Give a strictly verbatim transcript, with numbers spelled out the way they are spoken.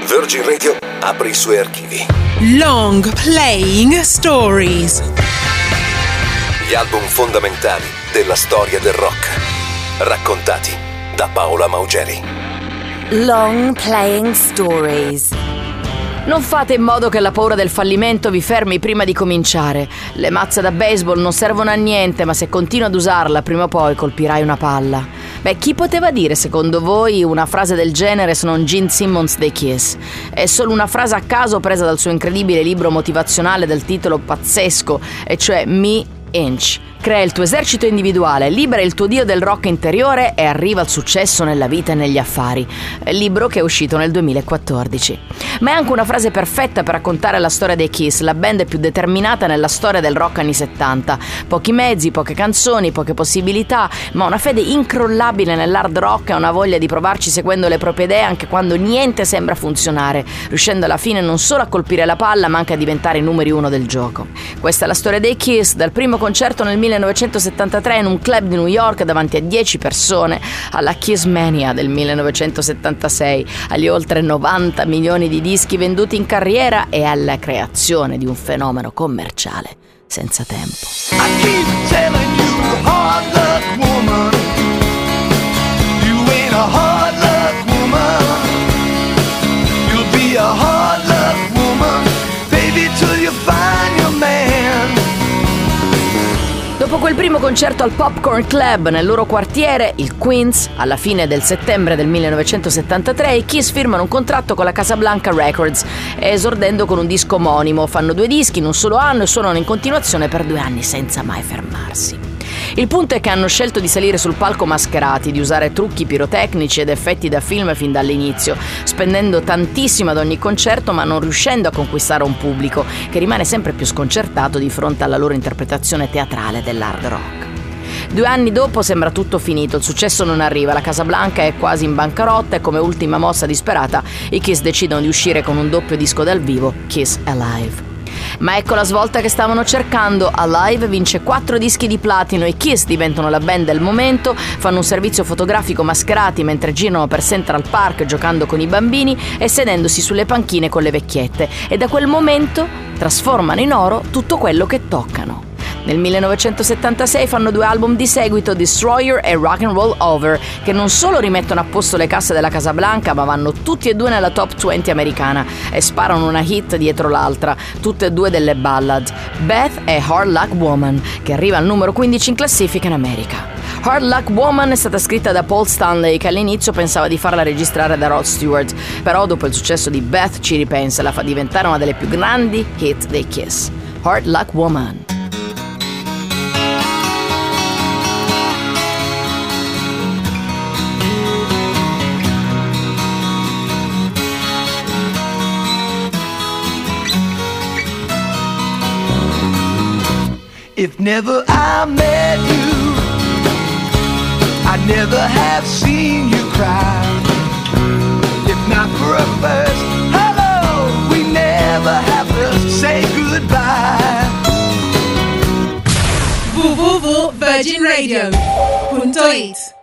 Virgin Radio apre i suoi archivi. Long Playing Stories. Gli album fondamentali della storia del rock, raccontati da Paola Maugeri. Long Playing Stories. Non fate in modo che la paura del fallimento vi fermi prima di cominciare. Le mazze da baseball non servono a niente, ma se continui ad usarla prima o poi colpirai una palla. Beh, chi poteva dire secondo voi una frase del genere se non Gene Simmons dei Kiss? È solo una frase a caso presa dal suo incredibile libro motivazionale dal titolo pazzesco, e cioè Me Inch. Crea il tuo esercito individuale, libera il tuo dio del rock interiore e arriva al successo nella vita e negli affari. Libro che è uscito nel duemilaquattordici. Ma è anche una frase perfetta per raccontare la storia dei Kiss, la band più determinata nella storia del rock anni settanta. Pochi mezzi, poche canzoni, poche possibilità, ma una fede incrollabile nell'hard rock e una voglia di provarci seguendo le proprie idee anche quando niente sembra funzionare, riuscendo alla fine non solo a colpire la palla ma anche a diventare i numeri uno del gioco. Questa è la storia dei Kiss, dal primo concerto nel millenovecentosettantatré in un club di New York davanti a dieci persone, alla Kissmania del millenovecentosettantasei, agli oltre novanta milioni di dischi venduti in carriera e alla creazione di un fenomeno commerciale senza tempo. I keep telling you, hard luck woman, you ain't a hard luck woman, you'll be a hard luck woman, baby, till you find your man. Dopo quel primo concerto al Popcorn Club nel loro quartiere, il Queens, alla fine del settembre del millenovecentosettantatré, i Kiss firmano un contratto con la Casablanca Records, esordendo con un disco omonimo. Fanno due dischi in un solo anno e suonano in continuazione per due anni senza mai fermarsi. Il punto è che hanno scelto di salire sul palco mascherati, di usare trucchi pirotecnici ed effetti da film fin dall'inizio, spendendo tantissimo ad ogni concerto ma non riuscendo a conquistare un pubblico che rimane sempre più sconcertato di fronte alla loro interpretazione teatrale dell'hard rock. Due anni dopo sembra tutto finito, il successo non arriva, la Casablanca è quasi in bancarotta e come ultima mossa disperata i Kiss decidono di uscire con un doppio disco dal vivo, Kiss Alive. Ma ecco la svolta che stavano cercando. Alive vince quattro dischi di platino e i Kiss diventano la band del momento, fanno un servizio fotografico mascherati mentre girano per Central Park giocando con i bambini e sedendosi sulle panchine con le vecchiette, e da quel momento trasformano in oro tutto quello che toccano. Nel millenovecentosettantasei fanno due album di seguito, Destroyer e Rock and Roll Over, che non solo rimettono a posto le casse della Casablanca, ma vanno tutti e due nella top venti americana e sparano una hit dietro l'altra, tutte e due delle ballad, Beth e Hard Luck Woman, che arriva al numero quindici in classifica in America. Hard Luck Woman è stata scritta da Paul Stanley, che all'inizio pensava di farla registrare da Rod Stewart, però dopo il successo di Beth ci ripensa e la fa diventare una delle più grandi hit dei Kiss. Hard Luck Woman. If never I met you, I'd never have seen you cry. If not for a first hello, we never have to say goodbye. w w w punto virgin radio punto it